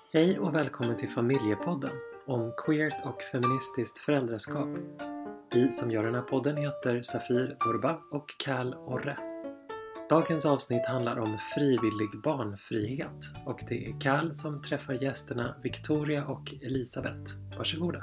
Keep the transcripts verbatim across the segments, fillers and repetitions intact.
Hej och välkommen till Familjepodden om queert och feministiskt föräldraskap. Vi som gör den här podden heter Safir Turba och Cal Orre. Dagens avsnitt handlar om frivillig barnfrihet och det är Cal som träffar gästerna Victoria och Elisabeth. Varsågoda.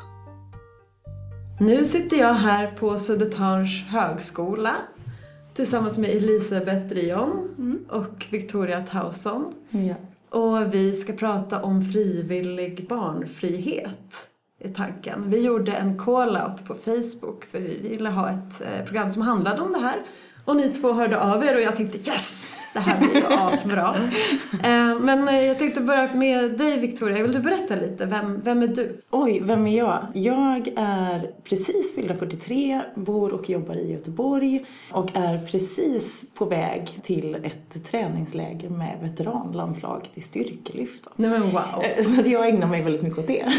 Nu sitter jag här på Södertörns högskola tillsammans med Elisabeth Rion mm. och Victoria Tauson. Ja. Och vi ska prata om frivillig barnfrihet i tanken. Vi gjorde en call-out på Facebook för vi ville ha ett program som handlade om det här. Och ni två hörde av er och jag tänkte yes, det här blir ju asbra. Men jag tänkte börja med dig Victoria. Vill du berätta lite? Vem, vem är du? Oj, vem är jag? Jag är precis fyllda fyrtiotre, bor och jobbar i Göteborg och är precis på väg till ett träningsläger med veteranlandslaget i styrkelyft. Nej men wow. Så att jag ägnar mig väldigt mycket åt det.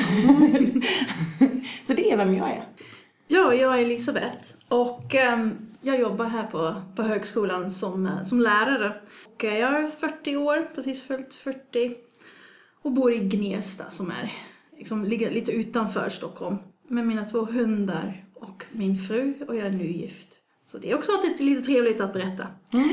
Så det är vem jag är. Ja, jag är Elisabeth och um, jag jobbar här på, på högskolan som, som lärare. Och jag är fyrtio år, precis fyllt fyrtio och bor i Gnesta som är, liksom, ligger lite utanför Stockholm. Med mina två hundar och min fru och jag är nygift. Så det är också lite, lite trevligt att berätta. Mm.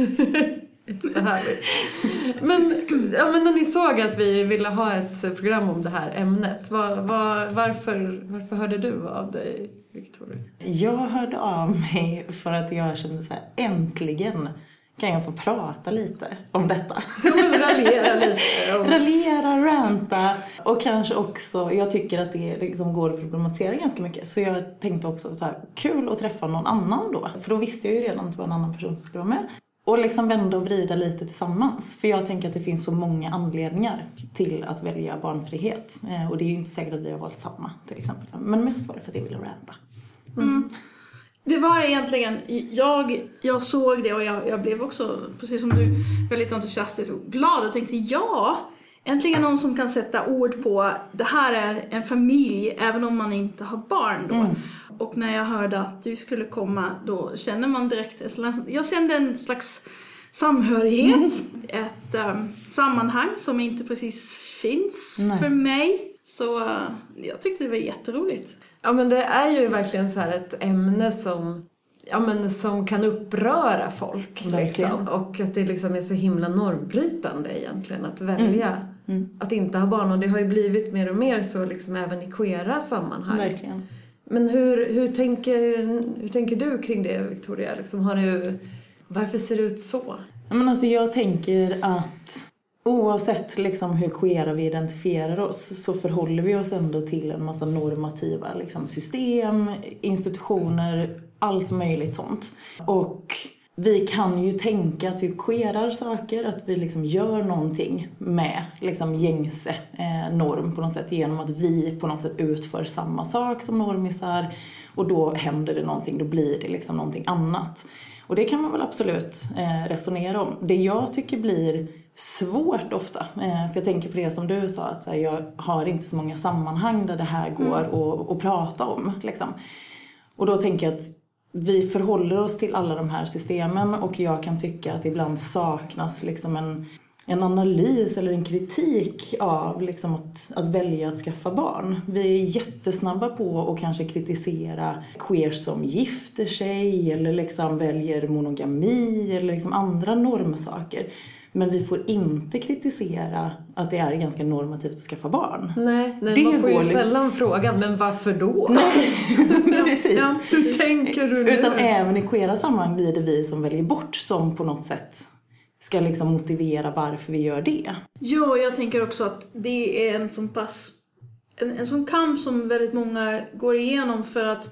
Det härligt. Men, ja, men när ni såg att vi ville ha ett program om det här ämnet, var, var, varför, varför hörde du av dig, Victoria? Jag hörde av mig för att jag kände så här, äntligen kan jag få prata lite om detta. Raljera lite. Raljera, ranta och kanske också, jag tycker att det liksom går att problematisera ganska mycket. Så jag tänkte också så här, kul att träffa någon annan då. För då visste jag ju redan att det var en annan person som skulle vara med. Och liksom vända och vrida lite tillsammans. För jag tänker att det finns så många anledningar till att välja barnfrihet. Eh, och det är ju inte säkert att vi har valt samma till exempel. Men mest var det för att jag ville ranta. Mm. Mm. Det var egentligen, jag, jag såg det och jag, jag blev också, precis som du, väldigt entusiastisk och glad. Och tänkte, ja, äntligen någon som kan sätta ord på, det här är en familj, även om man inte har barn då. Mm. Och när jag hörde att du skulle komma, då känner man direkt, jag kände en slags samhörighet, mm. ett um, sammanhang som inte precis finns Nej. för mig. Så uh, jag tyckte det var jätteroligt. Ja, men det är ju verkligen så här ett ämne som, ja, men som kan uppröra folk. Liksom. Och att det liksom är så himla normbrytande egentligen att välja mm. Mm. att inte ha barn. Och det har ju blivit mer och mer så liksom även i queera sammanhang. Verkligen. Men hur, hur, tänker, hur tänker du kring det, Victoria? Liksom, har du, varför ser det ut så? Men alltså, jag tänker att oavsett liksom hur queera vi identifierar oss så förhåller vi oss ändå till en massa normativa liksom, system, institutioner, allt möjligt sånt. Och vi kan ju tänka att vi queerar saker, att vi liksom gör någonting med liksom gängse eh, norm på något sätt genom att vi på något sätt utför samma sak som normisar och då händer det någonting, då blir det liksom någonting annat. Och det kan man väl absolut eh, resonera om. Det jag tycker blir svårt ofta, eh, för jag tänker på det som du sa att här, jag har inte så många sammanhang där det här går mm. att, att prata om liksom. Och då tänker jag att vi förhåller oss till alla de här systemen och jag kan tycka att ibland saknas liksom en, en analys eller en kritik av liksom att, att välja att skaffa barn. Vi är jättesnabba på att kanske kritisera queer som gifter sig eller liksom väljer monogami eller liksom andra normsaker. Men vi får inte kritisera att det är ganska normativt att skaffa barn. Nej, nej man får ju sällan frågan, men varför då? Nej, precis. Ja, hur tänker du nu? Utan även i queera sammanhang blir det vi som väljer bort som på något sätt ska liksom motivera varför vi gör det. Ja, jag tänker också att det är en sån pass en, en sån kamp som väldigt många går igenom för att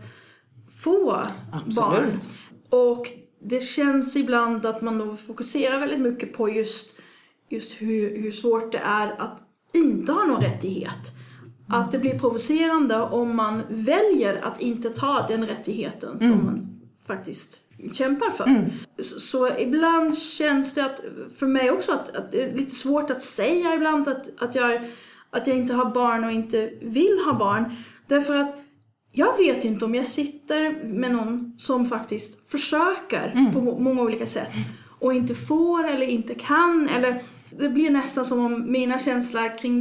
få Absolut. barn. Och det känns ibland att man då fokuserar väldigt mycket på just, just hur, hur svårt det är att inte ha någon rättighet. Mm. Att det blir provocerande om man väljer att inte ta den rättigheten mm. som man faktiskt kämpar för. Mm. Så, så ibland känns det att, för mig också att, att det är lite svårt att säga ibland att, att, jag, att jag inte har barn och inte vill ha barn. Därför att jag vet inte om jag sitter med någon som faktiskt försöker mm. på många olika sätt och inte får eller inte kan. Eller det blir nästan som om mina känslor kring detta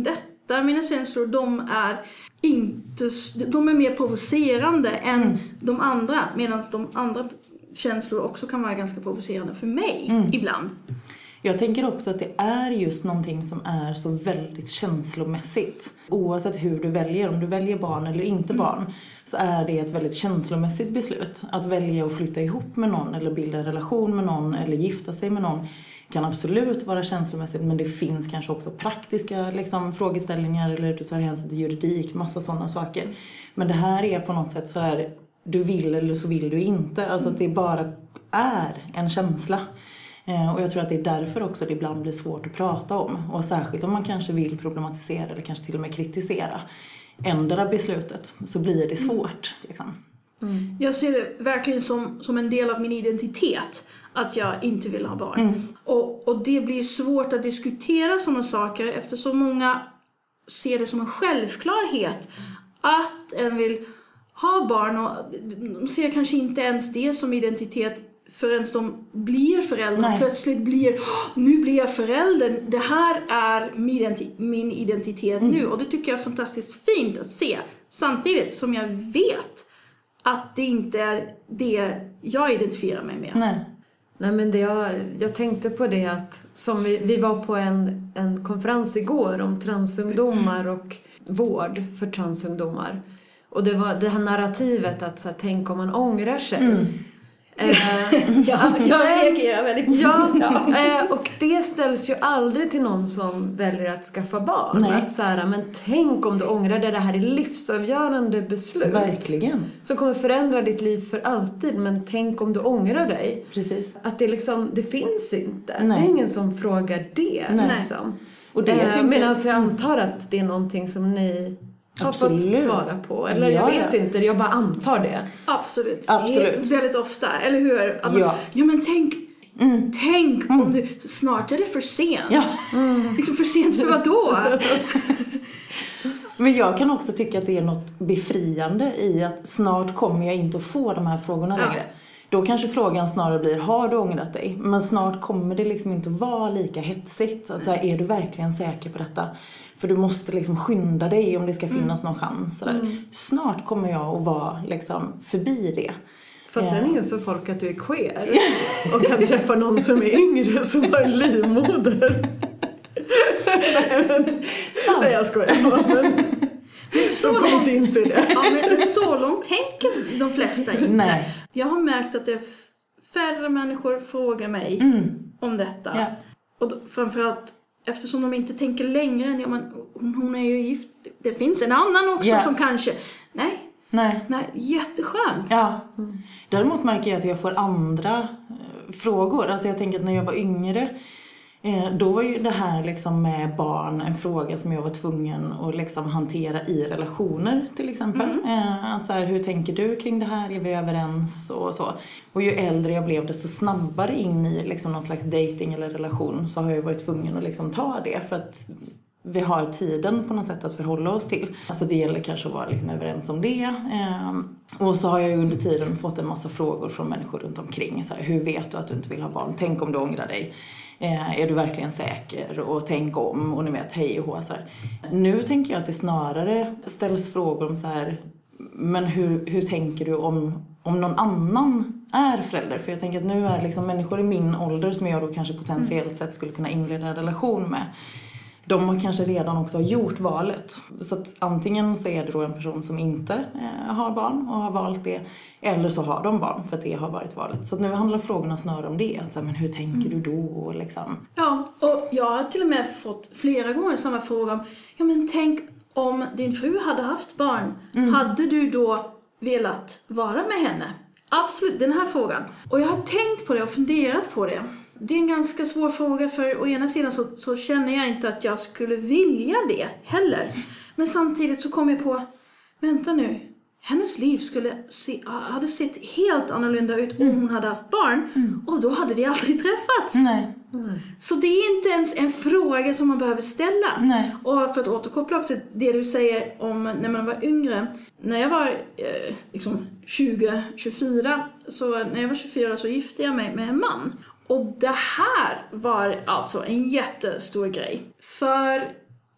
Där mina känslor, de är inte, de är mer provocerande än mm. de andra. Medan de andra känslor också kan vara ganska provocerande för mig mm. ibland. Jag tänker också att det är just någonting som är så väldigt känslomässigt. Oavsett hur du väljer, om du väljer barn eller inte barn, mm. så är det ett väldigt känslomässigt beslut. Att välja att flytta ihop med någon eller bilda en relation med någon eller gifta sig med någon kan absolut vara känslomässigt, men det finns kanske också praktiska liksom, frågeställningar eller du tar hänsyn till juridik, massa sådana saker. Men det här är på något sätt så här, du vill eller så vill du inte. Alltså att det bara är en känsla. Och jag tror att det är därför också det ibland blir svårt att prata om. Och särskilt om man kanske vill problematisera eller kanske till och med kritisera. Ändra beslutet så blir det svårt. Liksom. Mm. Jag ser det verkligen som, som en del av min identitet. Att jag inte vill ha barn. Mm. Och, och det blir svårt att diskutera sådana saker. Eftersom många ser det som en självklarhet. Att en vill ha barn. Och de ser kanske inte ens det som identitet. Förrän de blir föräldrar. Nej. Plötsligt blir, nu blir jag förälder. Det här är min identitet mm. nu. Och det tycker jag är fantastiskt fint att se. Samtidigt som jag vet att det inte är det jag identifierar mig med. Nej. Nej, men det jag, jag tänkte på det att som vi, vi var på en, en konferens igår om transungdomar och vård för transungdomar. Och det var det här narrativet att så här, tänk om man ångrar sig. Mm. Eh, ja, jag reagerar väldigt ja, ja. Eh, och det ställs ju aldrig till någon som väljer att skaffa barn. Nej. Att så här, men tänk om du ångrar det, det här är livsavgörande beslut. Verkligen. Som kommer förändra ditt liv för alltid, men tänk om du ångrar dig. Precis. Att det liksom, det finns inte. Nej. Det är ingen som frågar det. Nej. Liksom. Och det jag eh, tänker... Medan jag antar att det är någonting som ni har Absolut. fått svara på. Eller ja, jag vet ja. inte, jag bara antar det. Absolut. Absolut. Väldigt ofta, eller hur? Att man, ja. ja, men tänk, mm. tänk mm. om du, snart är det för sent. Ja. Mm. Liksom för sent för vad då? Men jag kan också tycka att det är något befriande i att snart kommer jag inte att få de här frågorna ja. längre. Då kanske frågan snarare blir, har du ångrat dig? Men snart kommer det liksom inte att vara lika hetsigt. Att så här, är du verkligen säker på detta? För du måste liksom skynda dig om det ska finnas mm. någon chans. Så där. Mm. Snart kommer jag att vara liksom förbi det. Fast sen är så folk att du är queer. Och kan träffa någon som är yngre som har livmoder. Nej, men, nej, jag skojar. Men, men så de kommer inte inse det. Ja, men så långt tänker de flesta inte. Nej. Jag har märkt att det är färre människor frågar mig mm. om detta. Ja. Och då, framförallt eftersom de inte tänker längre än ja, men, hon är ju gift. Det finns en annan också yeah. som kanske... Nej, nej, nej, jätteskönt. Ja. Mm. Däremot märker jag att jag får andra eh, frågor. Alltså jag tänker att när jag var yngre... Eh, då var ju det här liksom med barn en fråga som jag var tvungen att liksom hantera i relationer till exempel. Mm. Eh, att så här, hur tänker du kring det här? Är vi överens? Och så. Och ju äldre jag blev desto snabbare in i liksom någon slags dating eller relation så har jag varit tvungen att liksom ta det. För att vi har tiden på något sätt att förhålla oss till. Alltså det gäller kanske att vara liksom överens om det. Eh, och så har jag ju under tiden fått en massa frågor från människor runt omkring. Så här, hur vet du att du inte vill ha barn? Tänk om du ångrar dig. Eh, är du verkligen säker? Och tänk om. Och ni vet, hej och hå. Så här. Nu tänker jag att det snarare ställs frågor om så här. Men hur, hur tänker du om, om någon annan är förälder? För jag tänker att nu är liksom människor i min ålder som jag då kanske potentiellt sett skulle kunna inleda en relation med. De har kanske redan också gjort valet. Så att antingen så är det då en person som inte eh, har barn och har valt det. Eller så har de barn för att det har varit valet. Så att nu handlar frågorna snarare om det. Så här, men hur tänker du då? Liksom. Ja, och jag har till och med fått flera gånger samma fråga om. Ja, men tänk om din fru hade haft barn. Mm. Hade du då velat vara med henne? Absolut, den här frågan. Och jag har tänkt på det och funderat på det. Det är en ganska svår fråga för å ena sidan så, så känner jag inte att jag skulle vilja det heller. Men samtidigt så kom jag på, vänta nu, hennes liv skulle se, hade sett helt annorlunda ut om hon hade haft barn. Mm. Och då hade vi aldrig träffats. Nej. Mm. Så det är inte ens en fråga som man behöver ställa. Nej. Och för att återkoppla också det du säger om när man var yngre. När jag var eh, liksom tjugo tjugofyra, så när jag var tjugofyra så gifte jag mig med en man. Och det här var alltså en jättestor grej. För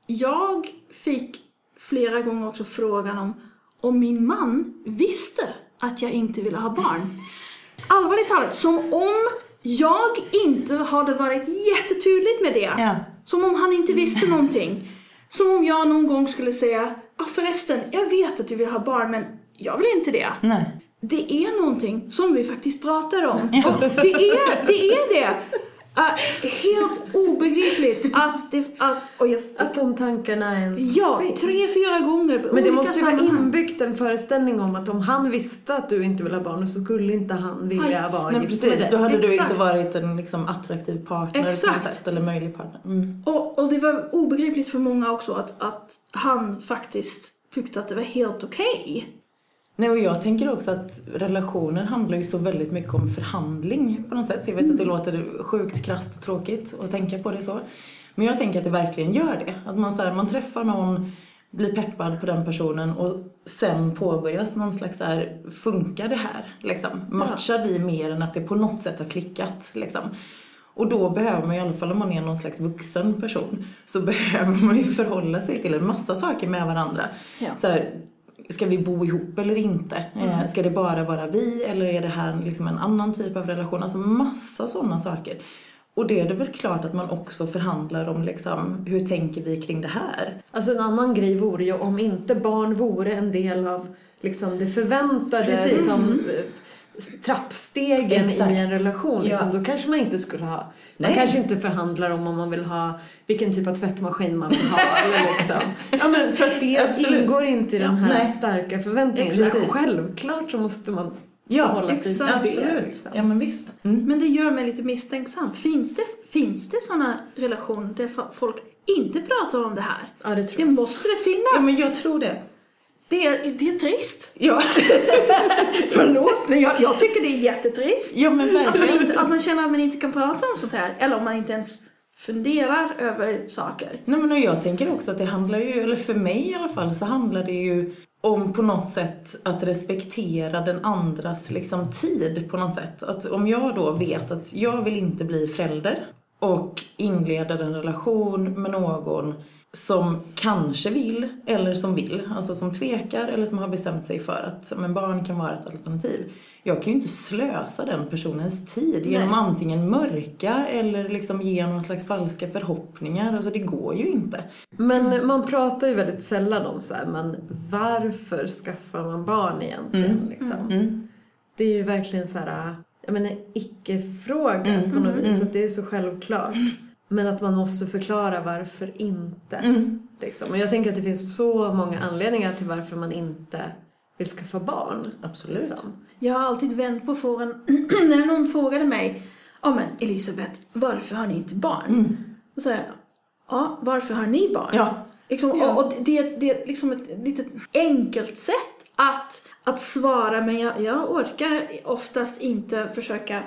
jag fick flera gånger också frågan om om min man visste att jag inte ville ha barn. Allvarligt talat, som om jag inte hade varit jättetydligt med det. Ja. Som om han inte visste någonting. Som om jag någon gång skulle säga, ah, förresten, jag vet att du vill ha barn, men jag vill inte det. Nej. Det är någonting som vi faktiskt pratar om. Ja. Och det är det. Är det. Uh, helt obegripligt att, det, att, och jag fick, att de tankarna ens ja, finns. tre, fyra gånger på Men det olika måste ju vara sammanhang. inbyggt en föreställning om att om han visste att du inte vill ha barn så skulle inte han vilja Nej, vara Men gift med precis, dig. då hade Exakt. du inte varit en liksom, attraktiv partner på Exakt. något sätt, eller möjlig partner. Mm. Och, och det var obegripligt för många också att, att han faktiskt tyckte att det var helt okej. Okay. Nej, och jag tänker också att relationer handlar ju så väldigt mycket om förhandling på något sätt. Jag vet mm. att det låter sjukt krasst och tråkigt att tänka på det så. Men jag tänker att det verkligen gör det. Att man, så här, man träffar någon, blir peppad på den personen och sen påbörjas någon slags så här, funkar det här? Liksom? Matchar vi mer än att det på något sätt har klickat? Liksom? Och då behöver man i alla fall, om man är någon slags vuxen person, så behöver man ju förhålla sig till en massa saker med varandra. Ja. Så här, ska vi bo ihop eller inte? Mm. Ska det bara vara vi eller är det här liksom en annan typ av relation? Alltså massa sådana saker. Och det är det väl klart att man också förhandlar om liksom, hur tänker vi kring det här? Alltså en annan grej vore ju om inte barn vore en del av liksom, det förväntade liksom, trappstegen Exakt. i en relation. Liksom. Ja. Då kanske man inte skulle ha... Man Nej. kanske inte förhandlar om om man vill ha vilken typ av tvättmaskin man vill ha. Eller liksom. Ja, men för att det Absolut. ingår inte i den här Nej. starka förväntningen. Precis. Men självklart så måste man Ja, förhålla sig till exakt. det. Absolut. Liksom. Ja, men visst. Mm. Men det gör mig lite misstänksam. Finns det, finns det sådana relationer där folk inte pratar om det här? Ja, det tror Det jag. måste det finnas. Ja, men jag tror det. Det är, det är trist. Ja. Förlåt, men jag, jag tycker det är jättetrist. Ja, men Att man, verkligen. inte, att man känner att man inte kan prata om sånt här. Eller om man inte ens funderar över saker. Nej, men och jag tänker också att det handlar ju, eller för mig i alla fall, så handlar det ju om på något sätt att respektera den andras liksom tid på något sätt. Att om jag då vet att jag vill inte bli förälder och inleda en relation med någon som kanske vill eller som vill, alltså som tvekar eller som har bestämt sig för att men barn kan vara ett alternativ. Jag kan ju inte slösa den personens tid genom Nej. antingen mörka eller liksom ge någon slags falska förhoppningar. Alltså det går ju inte. Men man pratar ju väldigt sällan om så här, men varför skaffar man barn egentligen? Mm. Liksom? Mm. Det är ju verkligen så här, jag menar, icke-frågan Mm. på något vis. Mm. Att det är så självklart. Men att man måste förklara varför inte. Mm. Liksom. Och jag tänker att det finns så många anledningar till varför man inte vill skaffa barn. Absolut. Liksom. Jag har alltid vänt på frågan när någon frågade mig, ja men Elisabeth, varför har ni inte barn? Mm. Då sa jag, ja, varför har ni barn? Ja. Liksom, Ja. Och, och det, det är liksom ett litet enkelt sätt att, att svara, men jag, jag orkar oftast inte försöka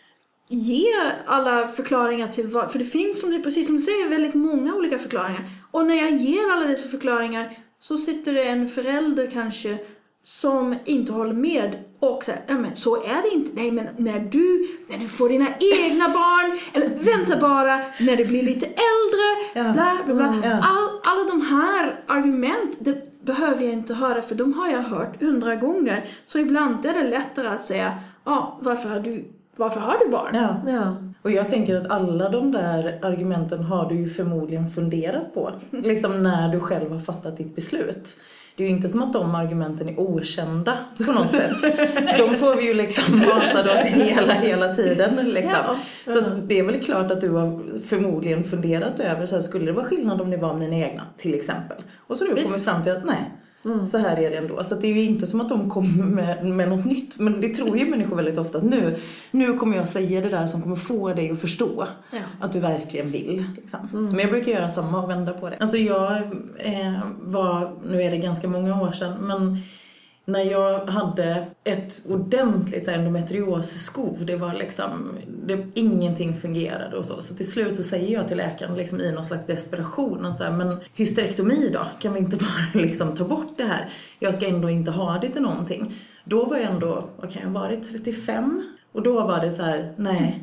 ge alla förklaringar till vad, för det finns, som det, precis som du säger, väldigt många olika förklaringar. Och när jag ger alla dessa förklaringar så sitter det en förälder kanske som inte håller med och säger, ja men så är det inte. Nej, men när du, när du får dina egna barn, eller vänta bara, när du blir lite äldre, Ja. bla bla bla. Mm, ja. All, alla de här argument, det behöver jag inte höra, för de har jag hört hundra gånger. Så ibland är det lättare att säga, ja, varför har du, varför har du barn? Ja. Ja. Och jag tänker att alla de där argumenten har du ju förmodligen funderat på. Liksom när du själv har fattat ditt beslut. Det är ju inte som att de argumenten är okända på något sätt. De får vi ju liksom matade oss hela, hela tiden. Liksom. Ja. Så att det är väl klart att du har förmodligen funderat över, så här, skulle det vara skillnad om det var mina egna till exempel. Och så har du Visst. kommit fram till att nej. Mm. Så här är det ändå. Så att det är ju inte som att de kommer med, med något nytt. Men det tror ju människor väldigt ofta att nu, nu kommer jag säga det där som kommer få dig att förstå Ja. att du verkligen vill. Liksom. Mm. Men jag brukar göra samma och vända på det. Alltså jag eh, var, nu är det ganska många år sedan, men när jag hade ett ordentligt så här, endometriosskov, det var liksom, det, ingenting fungerade och så. Så till slut så säger jag till läkaren liksom, i någon slags desperation att så här, men hysterektomi då? Kan vi inte bara liksom, ta bort det här? Jag ska ändå inte ha det till någonting. Då var jag ändå, vad kan jag ha varit, trettiofem? Och då var det så här, nej,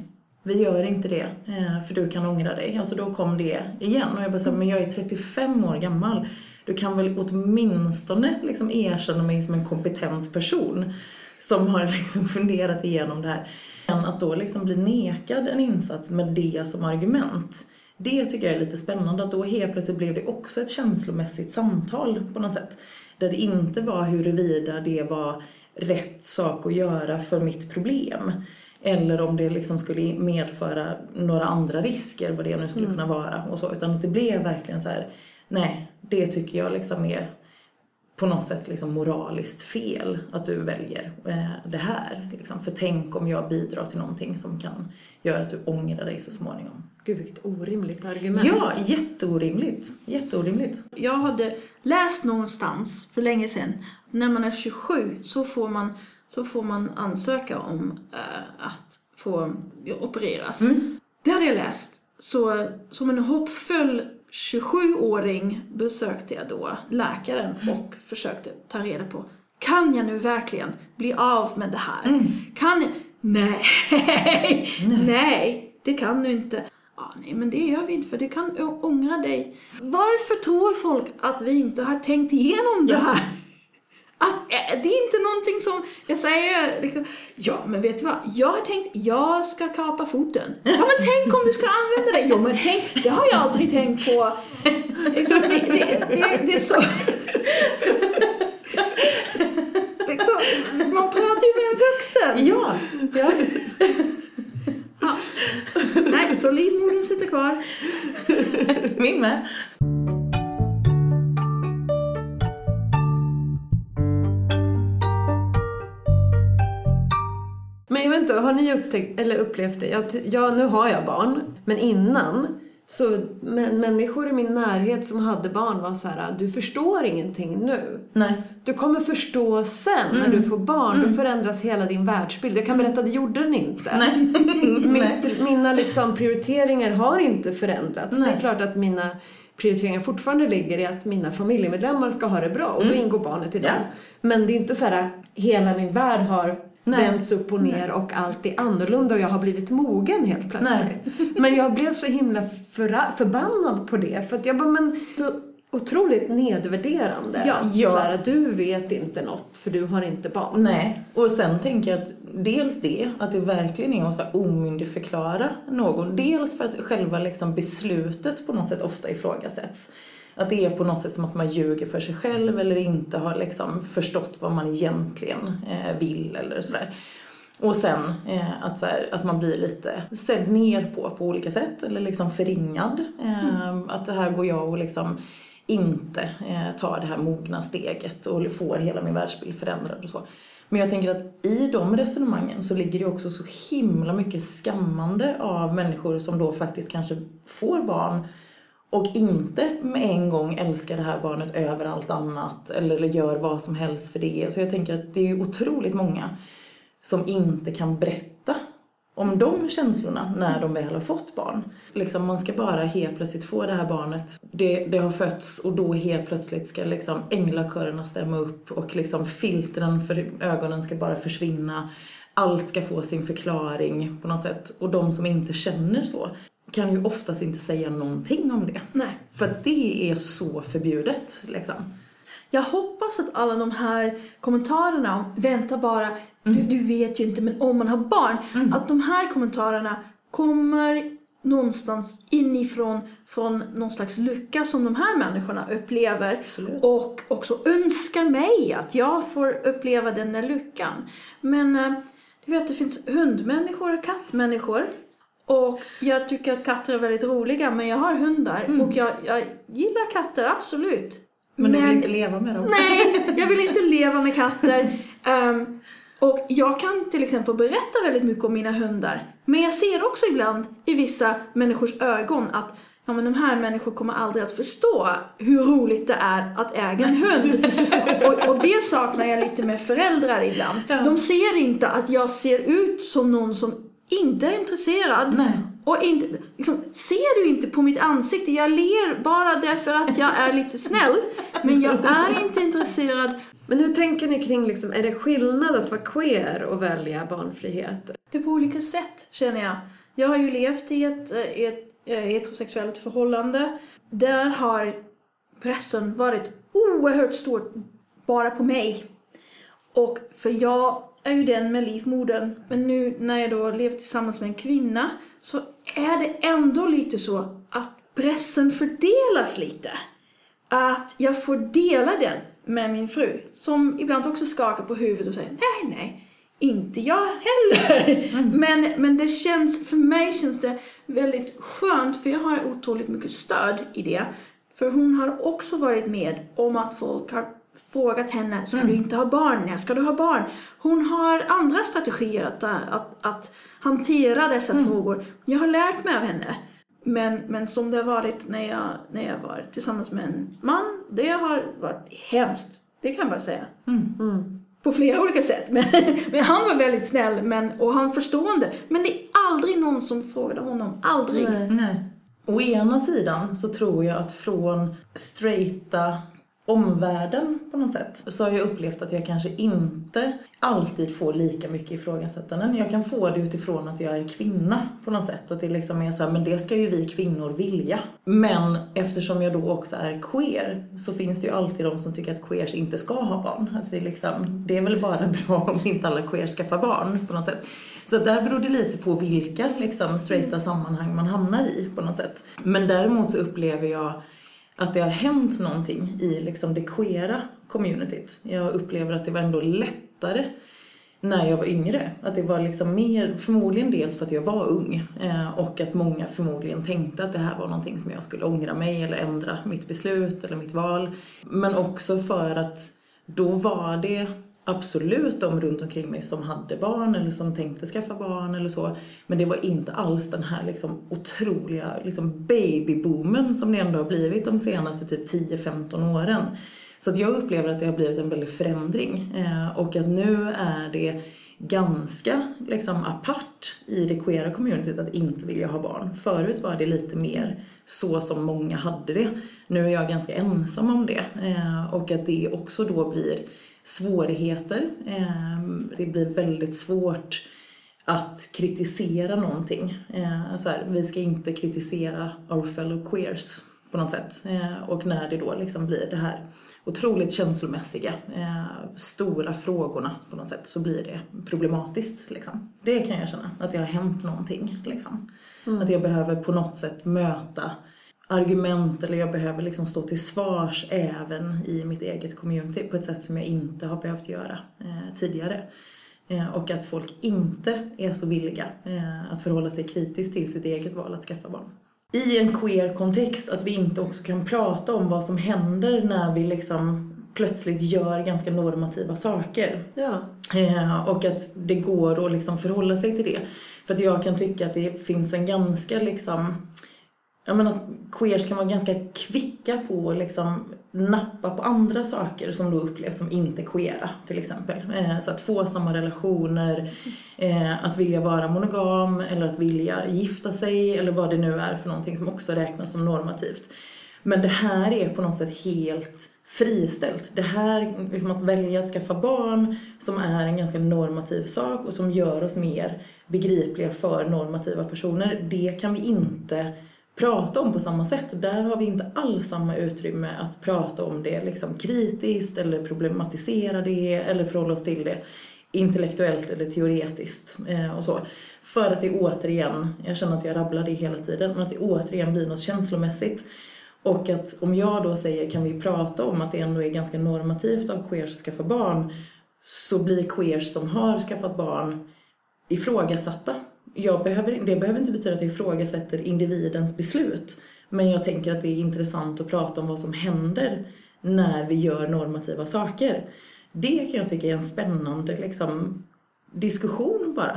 vi gör inte det för du kan ångra dig. Alltså då kom det igen. Och jag bara så här, men jag är trettiofem år gammal. Du kan väl åtminstone liksom erkänna mig som en kompetent person som har liksom funderat igenom det här. Men att då liksom bli nekad en insats med det som argument, det tycker jag är lite spännande. Att då helt plötsligt blev det också ett känslomässigt samtal på något sätt. Där det inte var huruvida det var rätt sak att göra för mitt problem. Eller om det liksom skulle medföra några andra risker, vad det nu skulle mm. kunna vara. Och så. Utan att det blev verkligen så här, nej, det tycker jag liksom är på något sätt liksom moraliskt fel att du väljer eh, det här. Liksom. För tänk om jag bidrar till någonting som kan göra att du ångrar dig så småningom. Gud, vilket orimligt argument. Ja, jätteorimligt. Jätteorimligt. Jag hade läst någonstans för länge sedan. När man är tjugosju så får man, så får man ansöka om eh, att få ja, opereras. Mm. Det hade jag läst. Så som en hoppfull tjugosjuåring besökte jag då läkaren och försökte ta reda på, kan jag nu verkligen bli av med det här? Mm. Kan jag? Nej. nej, nej, det kan du inte. Ja, nej, men det gör vi inte för det kan ångra dig. Varför tror folk att vi inte har tänkt igenom det här? Att, det är inte någonting som jag säger liksom, ja men vet du vad, jag har tänkt jag ska kapa foten. Ja men tänk om du ska använda det. Jo men tänk, det har jag aldrig tänkt på. Liksom, det, det, det, det är så liksom, man pratar ju med en vuxen. Ja, ja. Ja. Nej, så livmodern sitter kvar. Min med. Men jag vet inte, har ni upptäckt eller upplevt det? Jag, ja, nu har jag barn. Men innan så men, människor i min närhet som hade barn var så här: du förstår ingenting nu. Nej. Du kommer förstå sen mm. när du får barn. Mm. Då förändras hela din världsbild. Jag kan berätta, det gjorde den inte. Nej. Mitt, mina liksom prioriteringar har inte förändrats. Nej. Det är klart att mina prioriteringar fortfarande ligger i att mina familjemedlemmar ska ha det bra. Och mm. då ingår barnet i dem. Ja. Men det är inte så här, hela min värld har Nej. vänts upp och ner och allt är annorlunda och jag har blivit mogen helt plötsligt. Nej. Men jag blev så himla för, förbannad på det. För att jag bara, men så otroligt nedvärderande. Ja, ja. Så här, du vet inte något för du har inte barn. Nej, och sen tänker jag att dels det, att det verkligen är att omyndigförklara någon. Dels för att själva liksom beslutet på något sätt ofta ifrågasätts. Att det är på något sätt som att man ljuger för sig själv eller inte har liksom förstått vad man egentligen eh, vill eller sådär. Och sen eh, att, så här, att man blir lite sedd ner på på olika sätt eller liksom förringad. Eh, mm. Att det här går jag och liksom inte eh, tar det här mogna steget och får hela min världsbild förändrad och så. Men jag tänker att i de resonemangen så ligger det också så himla mycket skammande av människor som då faktiskt kanske får barn och inte med en gång älskar det här barnet över allt annat. Eller gör vad som helst för det. Så jag tänker att det är otroligt många som inte kan berätta om de känslorna när de väl har fått barn. Liksom man ska bara helt plötsligt få det här barnet. Det, det har fötts och då helt plötsligt ska liksom änglakörerna stämma upp. Och liksom filtren för ögonen ska bara försvinna. Allt ska få sin förklaring på något sätt. Och de som inte känner så kan ju oftast inte säga någonting om det. Nej. För att det är så förbjudet liksom. Jag hoppas att alla de här kommentarerna om vänta bara, mm. du, du vet ju inte, men om man har barn, mm. att de här kommentarerna kommer någonstans inifrån från någon slags lycka som de här människorna upplever. Absolut. Och också önskar mig att jag får uppleva den där lyckan. Men du vet, det finns hundmänniskor och kattmänniskor. Och jag tycker att katter är väldigt roliga, men jag har hundar mm. och jag, jag gillar katter, absolut. Men, men du vill inte leva med dem? Nej, jag vill inte leva med katter. Um, och jag kan till exempel berätta väldigt mycket om mina hundar. Men jag ser också ibland i vissa människors ögon att ja, men de här människorna kommer aldrig att förstå hur roligt det är att äga en hund. och, och det saknar jag lite med föräldrar ibland. Ja. De ser inte att jag ser ut som någon som inte är intresserad. Nej. Och inte, liksom, ser du inte på mitt ansikte? Jag ler bara därför att jag är lite snäll. Men jag är inte intresserad. Men hur tänker ni kring, liksom, är det skillnad att vara queer och välja barnfrihet? Det är på olika sätt, känner jag. Jag har ju levt i ett, i ett heterosexuellt förhållande. Där har pressen varit oerhört stor bara på mig. Och för jag är ju den med livmodern. Men nu när jag då lever tillsammans med en kvinna så är det ändå lite så att pressen fördelas lite. Att jag får dela den med min fru. Som ibland också skakar på huvudet och säger nej, nej, inte jag heller. Mm. Men, men det känns, för mig känns det väldigt skönt. För jag har otroligt mycket stöd i det. För hon har också varit med om att folk har frågat henne, ska mm. du inte ha barn? Nej, ska du ha barn? Hon har andra strategier att, att, att hantera dessa mm. frågor. Jag har lärt mig av henne. Men, men som det har varit när jag, när jag var tillsammans med en man, det har varit hemskt. Det kan jag bara säga. Mm. Mm. På flera olika sätt. Men, men han var väldigt snäll men, och han förstående. Men det är aldrig någon som frågade honom. Aldrig. Nej. Nej. Å ena sidan så tror jag att från straighta omvärlden på något sätt så har jag upplevt att jag kanske inte alltid får lika mycket ifrågasättanden. Jag kan få det utifrån att jag är kvinna på något sätt. Att det liksom är så här, men det ska ju vi kvinnor vilja. Men eftersom jag då också är queer så finns det ju alltid de som tycker att queers inte ska ha barn. Att vi liksom, det är väl bara bra om inte alla queers skaffar barn på något sätt. Så där beror det lite på vilka liksom straighta sammanhang man hamnar i på något sätt. Men däremot så upplever jag att det har hänt någonting i liksom det queera communityt. Jag upplever att det var ändå lättare när jag var yngre. Att det var liksom mer, förmodligen dels för att jag var ung. Eh, och att många förmodligen tänkte att det här var någonting som jag skulle ångra mig eller ändra mitt beslut eller mitt val. Men också för att då var det absolut de runt omkring mig som hade barn eller som tänkte skaffa barn eller så. Men det var inte alls den här liksom otroliga liksom babyboomen som det ändå har blivit de senaste typ tio femton åren. Så att jag upplever att det har blivit en väldig förändring. Eh, och att nu är det ganska liksom apart i det queera communityt att inte vilja ha barn. Förut var det lite mer så som många hade det. Nu är jag ganska ensam om det. Eh, och att det också då blir svårigheter. Det blir väldigt svårt att kritisera någonting. Så här, vi ska inte kritisera our fellow queers på något sätt. Och när det då liksom blir det här otroligt känslomässiga, stora frågorna på något sätt så blir det problematiskt. Liksom. Det kan jag känna, att det har hänt någonting. Liksom. Mm. Att jag behöver på något sätt möta argument eller jag behöver liksom stå till svars även i mitt eget community på ett sätt som jag inte har behövt göra eh, tidigare. Eh, och att folk inte är så villiga eh, att förhålla sig kritiskt till sitt eget val att skaffa barn. I en queer-kontext att vi inte också kan prata om vad som händer när vi liksom plötsligt gör ganska normativa saker. Ja. Eh, och att det går att liksom förhålla sig till det. För att jag kan tycka att det finns en ganska liksom... Jag menar, queers kan vara ganska kvicka på att liksom nappa på andra saker som då upplevs som inte queera till exempel. Eh, så att få samma relationer, eh, att vilja vara monogam eller att vilja gifta sig eller vad det nu är för någonting som också räknas som normativt. Men det här är på något sätt helt friställt. Det här, liksom att välja att skaffa barn som är en ganska normativ sak och som gör oss mer begripliga för normativa personer, det kan vi inte prata om på samma sätt. Där har vi inte alls samma utrymme att prata om det liksom kritiskt eller problematisera det eller förhålla oss till det intellektuellt eller teoretiskt eh, och så. För att det återigen, jag känner att jag rabblar det hela tiden, men att det återigen blir något känslomässigt. Och att om jag då säger, kan vi prata om att det ändå är ganska normativt av queers att skaffa barn, så blir queers som har skaffat barn ifrågasatta. Jag behöver, det behöver inte betyda att jag ifrågasätter individens beslut. Men jag tänker att det är intressant att prata om vad som händer när vi gör normativa saker. Det kan jag tycka är en spännande liksom, diskussion bara.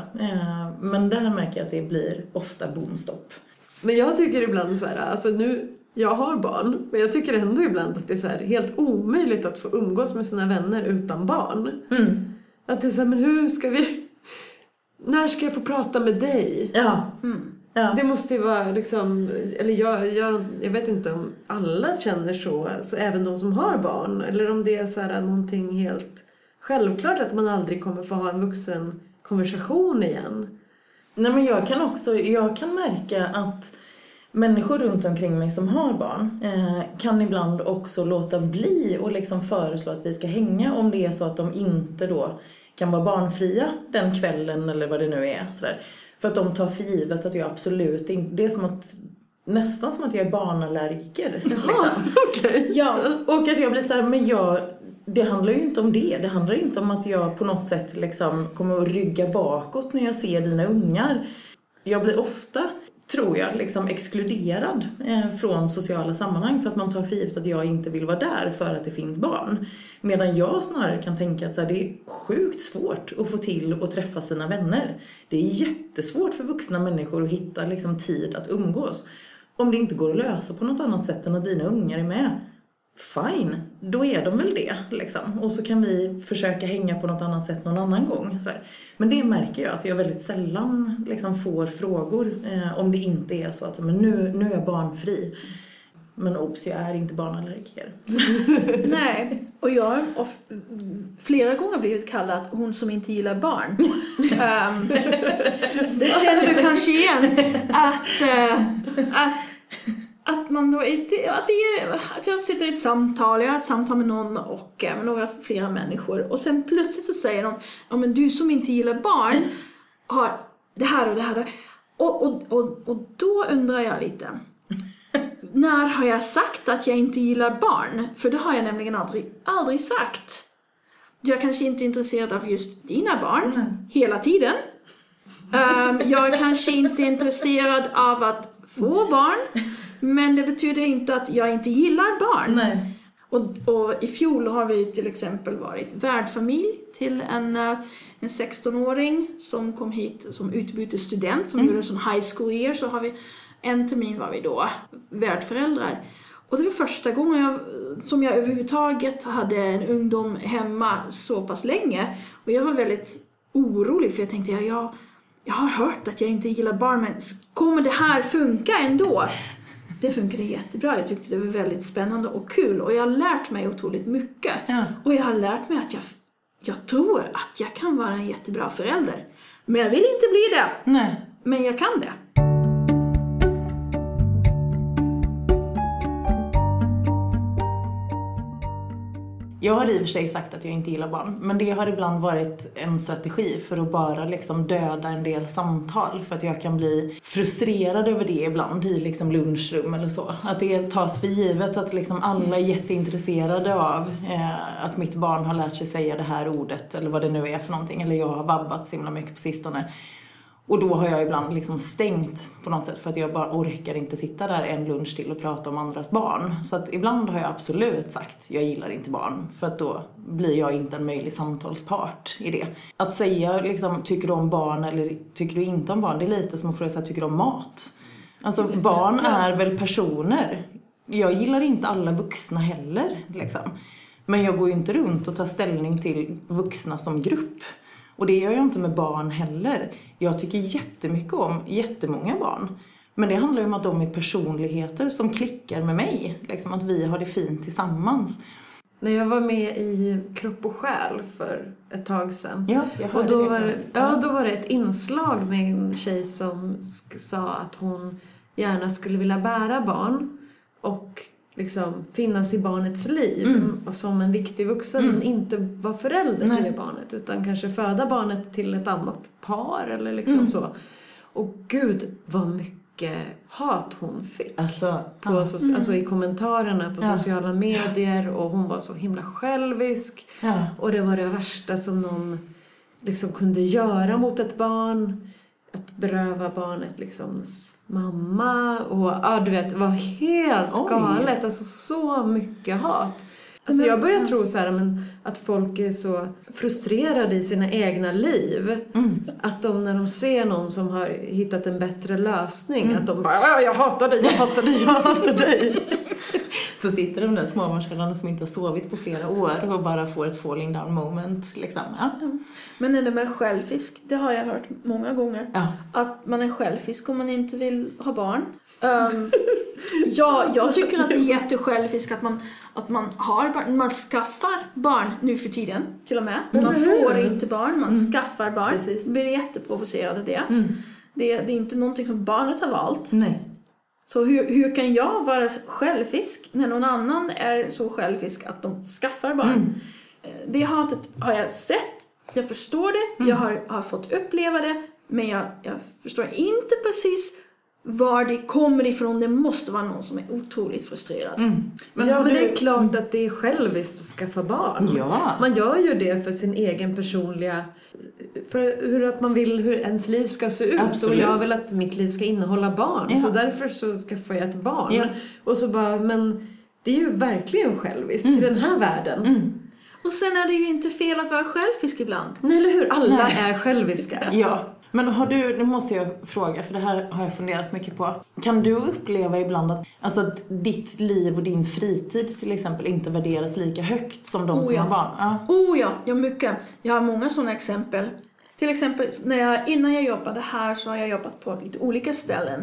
Men där märker jag att det blir ofta bomstopp. Men jag tycker ibland så här, alltså nu, jag har barn, men jag tycker ändå ibland att det är så här helt omöjligt att få umgås med sina vänner utan barn. Mm. Att det är så här, men hur ska vi... När ska jag få prata med dig? Ja. Mm. Ja. Det måste ju vara liksom... Eller jag, jag, jag vet inte om alla känner så. Så även de som har barn. Eller om det är så här någonting helt självklart att man aldrig kommer få ha en vuxen konversation igen. Nej, men jag kan också, jag kan märka att människor runt omkring mig som har barn eh, kan ibland också låta bli och liksom föreslå att vi ska hänga om det är så att de inte då kan vara barnfria den kvällen eller vad det nu är. Sådär. För att de tar för givet att jag absolut inte... Det är som att, nästan som att jag är barnallergiker. Jaha, liksom. okej. Okay. Ja, och att jag blir såhär, men jag... Det handlar ju inte om det. Det handlar inte om att jag på något sätt liksom kommer att rygga bakåt när jag ser dina ungar. Jag blir ofta, tror jag, liksom exkluderad eh, från sociala sammanhang för att man tar för givet att jag inte vill vara där för att det finns barn. Medan jag snarare kan tänka att så här, det är sjukt svårt att få till och träffa sina vänner. Det är jättesvårt för vuxna människor att hitta liksom, tid att umgås. Om det inte går att lösa på något annat sätt än att dina ungar är med. Fine, då är de väl det liksom. Och så kan vi försöka hänga på något annat sätt någon annan gång så här. Men det märker jag att jag väldigt sällan liksom får frågor eh, om det inte är så att men nu, nu är jag barnfri. Men obs, jag är inte barnallergiker. Nej, och jag har of- flera gånger blivit kallad hon som inte gillar barn. um, det känner du kanske igen. Att, uh, att Att man då inte, att vi, att jag sitter i ett samtal, jag har ett samtal med någon och med några flera människor och sen plötsligt så säger de, ja men du som inte gillar barn har det här och det här och, och, och, och då undrar jag lite, när har jag sagt att jag inte gillar barn? För det har jag nämligen aldrig, aldrig sagt. Jag kanske inte är intresserad av just dina barn mm. hela tiden. Um, jag är kanske inte intresserad av att få barn. Men det betyder inte att jag inte gillar barn. Nej. Och, och i fjol har vi till exempel varit värdfamilj till en, en sexton-åring som kom hit som utbytesstudent. Som mm. gjorde som high school year. Så har vi en termin var vi då värdföräldrar. Och det var första gången jag, som jag överhuvudtaget hade en ungdom hemma så pass länge. Och jag var väldigt orolig för jag tänkte jag, jag, jag har hört att jag inte gillar barn. Men kommer det här funka ändå? Det funkade jättebra. Jag tyckte det var väldigt spännande och kul. Och jag har lärt mig otroligt mycket. Ja. Och jag har lärt mig att jag, jag tror att jag kan vara en jättebra förälder. Men jag vill inte bli det. Nej. Men jag kan det. Jag har i och för sig sagt att jag inte gillar barn. Men det har ibland varit en strategi för att bara liksom döda en del samtal. För att jag kan bli frustrerad över det ibland i liksom lunchrum eller så. Att det tas för givet att liksom alla är jätteintresserade av eh, att mitt barn har lärt sig säga det här ordet. Eller vad det nu är för någonting. Eller jag har vabbat så himla mycket på sistone. Och då har jag ibland liksom stängt på något sätt för att jag bara orkar inte sitta där en lunch till och prata om andras barn. Så att ibland har jag absolut sagt jag gillar inte barn för att då blir jag inte en möjlig samtalspart i det. Att säga liksom tycker du om barn eller tycker du inte om barn, det är lite som att fråga så här, tycker du om mat? Alltså barn är väl personer. Jag gillar inte alla vuxna heller liksom. Men jag går ju inte runt och tar ställning till vuxna som grupp. Och det gör jag inte med barn heller. Jag tycker jättemycket om jättemånga barn. Men det handlar ju om att de är personligheter som klickar med mig. Liksom att vi har det fint tillsammans. När jag var med i Kropp och själ för ett tag sedan. Ja, jag hörde och då det. var det, ja, då var det ett inslag med en tjej som sa att hon gärna skulle vilja bära barn. Och liksom finnas i barnets liv mm. och som en viktig vuxen mm. men inte vara förälder Nej. till det barnet utan kanske föda barnet till ett annat par eller liksom mm. så. Och gud vad mycket hat hon fick alltså, på ja. so- alltså i kommentarerna på ja. sociala medier och hon var så himla självisk ja. och det var det värsta som någon liksom kunde göra mot ett barn. Att beröva barnet liksom mamma och ja, du vet, det var helt Oj. galet. Alltså så mycket hat. Alltså jag börjar tro så här, men att folk är så frustrerade i sina egna liv. Mm. Att de när de ser någon som har hittat en bättre lösning. Mm. Att de bara, jag hatar dig, jag hatar dig, jag hatar dig. Så sitter de där småbarnsföräldrarna som inte har sovit på flera år och bara får ett falling down moment. Liksom. Ja. Men är det med självfisk? Det har jag hört många gånger. Ja. Att man är självfisk om man inte vill ha barn. Um, ja, jag tycker att det är jättesjälvfisk att man, att man har barn. Man skaffar barn nu för tiden till och med. Man får inte barn, man mm. skaffar barn. Precis. Blir jätteprovocerad av det. Mm. Det, det är inte någonting som barnet har valt. Nej. Så hur, hur kan jag vara självisk när någon annan är så självisk att de skaffar barn? Mm. Det hatet har jag sett, jag förstår det, mm. jag har, har fått uppleva det, men jag, jag förstår inte precis var det kommer ifrån. Det måste vara någon som är otroligt frustrerad. Mm. Men, ja, men det är klart att det är själviskt att skaffa barn. Ja. Man gör ju det för sin egen personliga... För hur att man vill hur ens liv ska se ut. Absolut. Och jag vill att mitt liv ska innehålla barn. Ja. Så därför så skaffar jag ett barn. Ja. Och så bara, men det är ju verkligen själviskt mm. i den här världen. Mm. Och sen är det ju inte fel att vara självisk ibland. Nej, eller hur? Alla Nej. är själviska. Ja. Men har du, nu måste jag fråga, för det här har jag funderat mycket på. Kan du uppleva ibland att, alltså att ditt liv och din fritid till exempel inte värderas lika högt som de oh, som ja. har barn? Ja. Oh ja, ja mycket. Jag har många sådana exempel. Till exempel när jag, innan jag jobbade här så har jag jobbat på lite olika ställen.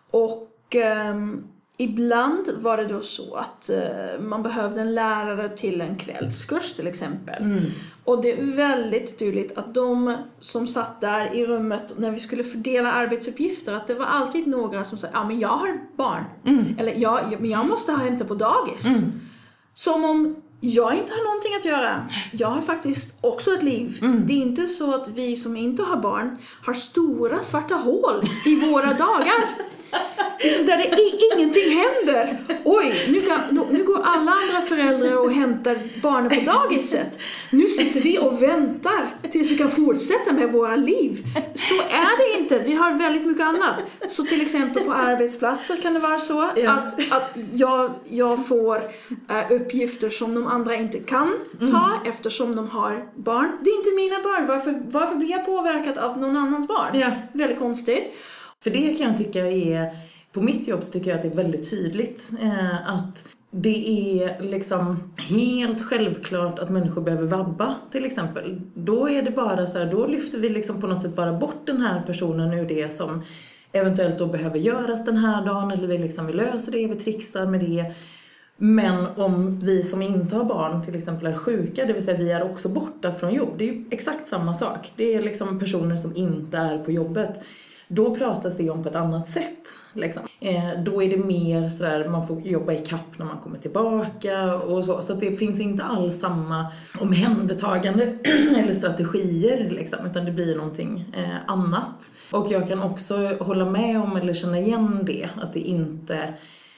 Och um, ibland var det då så att uh, man behövde en lärare till en kvällskurs till exempel. Mm. Och det är väldigt tydligt att de som satt där i rummet när vi skulle fördela arbetsuppgifter, att det var alltid några som sa, ja men jag har barn. Mm. Eller jag, men jag måste ha hämtat på dagis. Mm. Som om jag inte har någonting att göra. Jag har faktiskt också ett liv. Mm. Det är inte så att vi som inte har barn har stora svarta hål i våra dagar. Liksom där det är, ingenting händer. Oj, nu, kan, nu, nu går alla andra föräldrar och hämtar barnen på dagiset. Nu sitter vi och väntar tills vi kan fortsätta med våra liv. Så är det inte. Vi har väldigt mycket annat. Så till exempel på arbetsplatser kan det vara så ja. att, att jag, jag får uh, uppgifter som de andra inte kan ta mm. eftersom de har barn. Det är inte mina barn. Varför, varför blir jag påverkad av någon annans barn? Ja. Väldigt konstigt. För det kan jag tycka är, på mitt jobb så tycker jag att det är väldigt tydligt eh, att det är liksom helt självklart att människor behöver vabba till exempel. Då är det bara så här, då lyfter vi liksom på något sätt bara bort den här personen ur det som eventuellt då behöver göras den här dagen, eller vi liksom vi löser det, vi trixar med det. Men om vi som inte har barn till exempel är sjuka, det vill säga vi är också borta från jobb, det är ju exakt samma sak. Det är liksom personer som inte är på jobbet. Då pratas det om på ett annat sätt. Liksom. Eh, då är det mer sådär, man får jobba i kapp när man kommer tillbaka och så. Så att det finns inte alls samma omhändertagande eller strategier. Liksom, utan det blir någonting eh, annat. Och jag kan också hålla med om eller känna igen det. Att det inte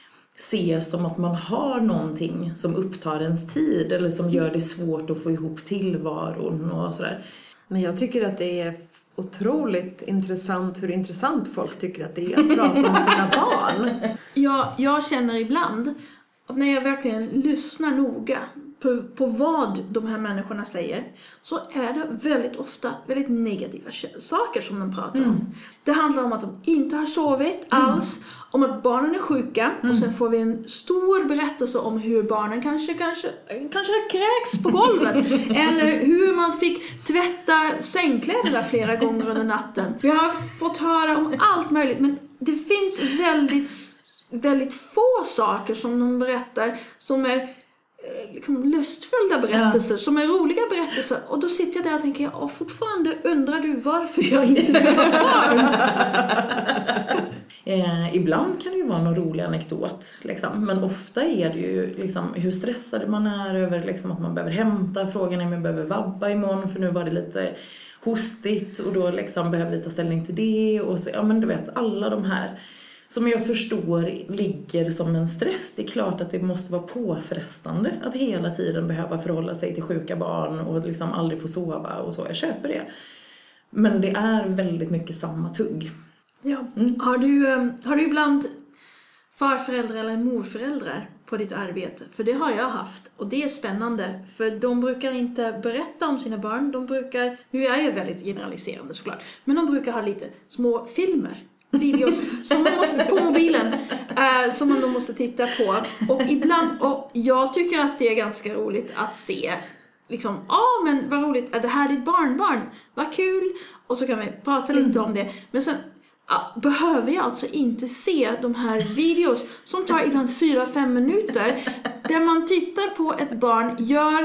ses som att man har någonting som upptar ens tid. Eller som gör det svårt att få ihop tillvaron och sådär. Men jag tycker att det är otroligt intressant hur intressant folk tycker att det är att prata om sina barn. Ja, jag känner ibland att när jag verkligen lyssnar noga på, på vad de här människorna säger, så är det väldigt ofta väldigt negativa saker som de pratar mm. om. Det handlar om att de inte har sovit mm. alls, om att barnen är sjuka mm. och sen får vi en stor berättelse om hur barnen kanske, kanske, kanske har kräks på golvet eller hur man fick tvätta sängkläder där flera gånger under natten. Vi har fått höra om allt möjligt, men det finns väldigt, väldigt få saker som de berättar som är liksom lustfyllda berättelser, ja. som är roliga berättelser. Och då sitter jag där och tänker, och fortfarande undrar du varför jag inte vill ha barn. eh, ibland kan det ju vara någon rolig anekdot liksom. Men ofta är det ju liksom, hur stressad man är över liksom, att man behöver hämta. Frågan är om man behöver vabba imorgon, för nu var det lite hostigt och då liksom behöver vi ta ställning till det. Och så, ja men du vet, alla de här som jag förstår ligger som en stress. Det är klart att det måste vara påfrestande att hela tiden behöva förhålla sig till sjuka barn och liksom aldrig få sova och så. Jag köper det. Men det är väldigt mycket samma tugg. Ja. Mm. Har du, har du ibland farföräldrar eller morföräldrar på ditt arbete? För det har jag haft och det är spännande. För de brukar inte berätta om sina barn. De brukar, nu är jag väldigt generaliserande såklart, men de brukar ha lite små filmer. Videos som man måste, på mobilen eh, som man då måste titta på. Och ibland, och jag tycker att det är ganska roligt att se liksom, ja ah, men vad roligt, är det här ditt barnbarn? Vad kul! Och så kan vi prata lite om det. Men sen ah, behöver jag alltså inte se de här videos som tar ibland fyra fem minuter där man tittar på ett barn gör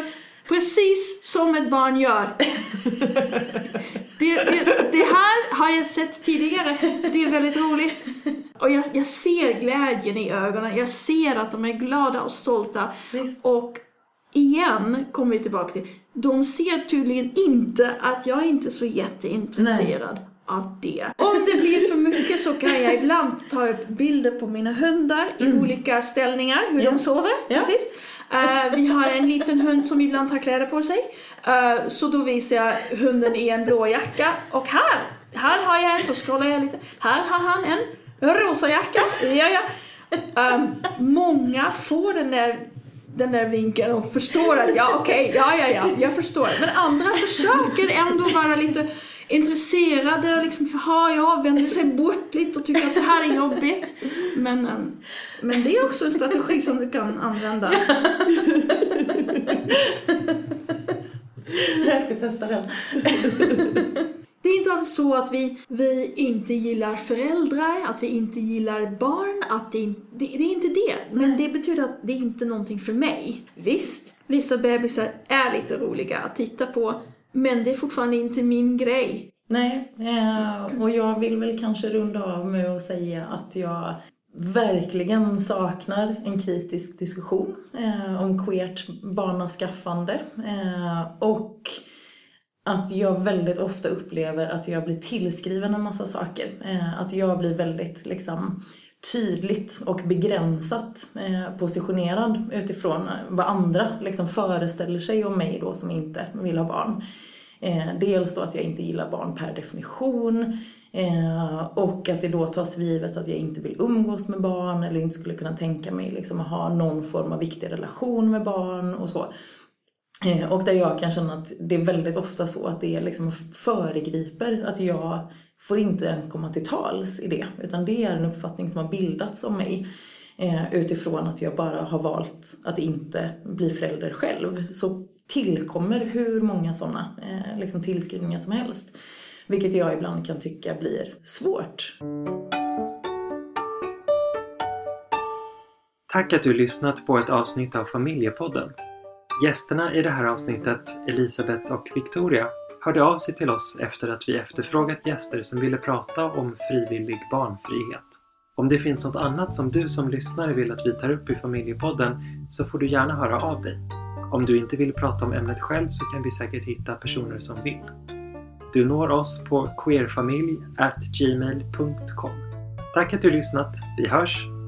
Precis som ett barn gör. Det, det, det här har jag sett tidigare. Det är väldigt roligt. Och jag, jag ser glädjen i ögonen. Jag ser att de är glada och stolta. Visst. Och igen kommer vi tillbaka till. De ser tydligen inte att jag inte är så jätteintresserad. Nej. Av det. Om det blir för mycket så kan jag ibland ta upp bilder på mina hundar i mm. olika ställningar. Hur ja. de sover. Ja. Precis. Uh, vi har en liten hund som ibland har kläder på sig. Uh, så då visar jag hunden i en blå jacka. Och här, här har jag en, så scrollar jag lite. Här har han en rosa jacka. Ja, ja. Um, många får den där, den där vinkeln och förstår att ja, okej, okay, ja, ja, ja, jag förstår. Men andra försöker ändå vara lite intresserade och liksom, jaha, ja, vänder sig bort lite och tycker att det här är jobbigt. Men, um, men det är också en strategi som du kan använda. Jag ska testa den. Det är inte alltid så att vi, vi inte gillar föräldrar, att vi inte gillar barn, att det, det, det är inte det. Men det betyder att det är inte någonting för mig. Visst, vissa bebisar är lite roliga att titta på, men det är fortfarande inte min grej. Nej, och jag vill väl kanske runda av med att säga att jag verkligen saknar en kritisk diskussion eh, om queert barnaskaffande. Eh, och att jag väldigt ofta upplever att jag blir tillskriven en massa saker. Eh, att jag blir väldigt liksom, tydligt och begränsat eh, positionerad utifrån vad andra liksom, föreställer sig om mig då som inte vill ha barn. Eh, dels då att jag inte gillar barn per definition. Eh, och att det då tas givet att jag inte vill umgås med barn eller inte skulle kunna tänka mig liksom, att ha någon form av viktig relation med barn och så. Eh, och där jag kan känna att det är väldigt ofta så att det liksom föregriper att jag får inte ens komma till tals i det. Utan det är en uppfattning som har bildats om mig eh, utifrån att jag bara har valt att inte bli förälder själv. Så tillkommer hur många sådana eh, liksom tillskrivningar som helst. Vilket jag ibland kan tycka blir svårt. Tack att du lyssnat på ett avsnitt av Familjepodden. Gästerna i det här avsnittet, Elisabeth och Victoria, hörde av sig till oss efter att vi efterfrågat gäster som ville prata om frivillig barnfrihet. Om det finns något annat som du som lyssnare vill att vi tar upp i Familjepodden så får du gärna höra av dig. Om du inte vill prata om ämnet själv så kan vi säkert hitta personer som vill. Du når oss på queerfamilj at gmail punkt com. Tack att du lyssnat. Vi hörs!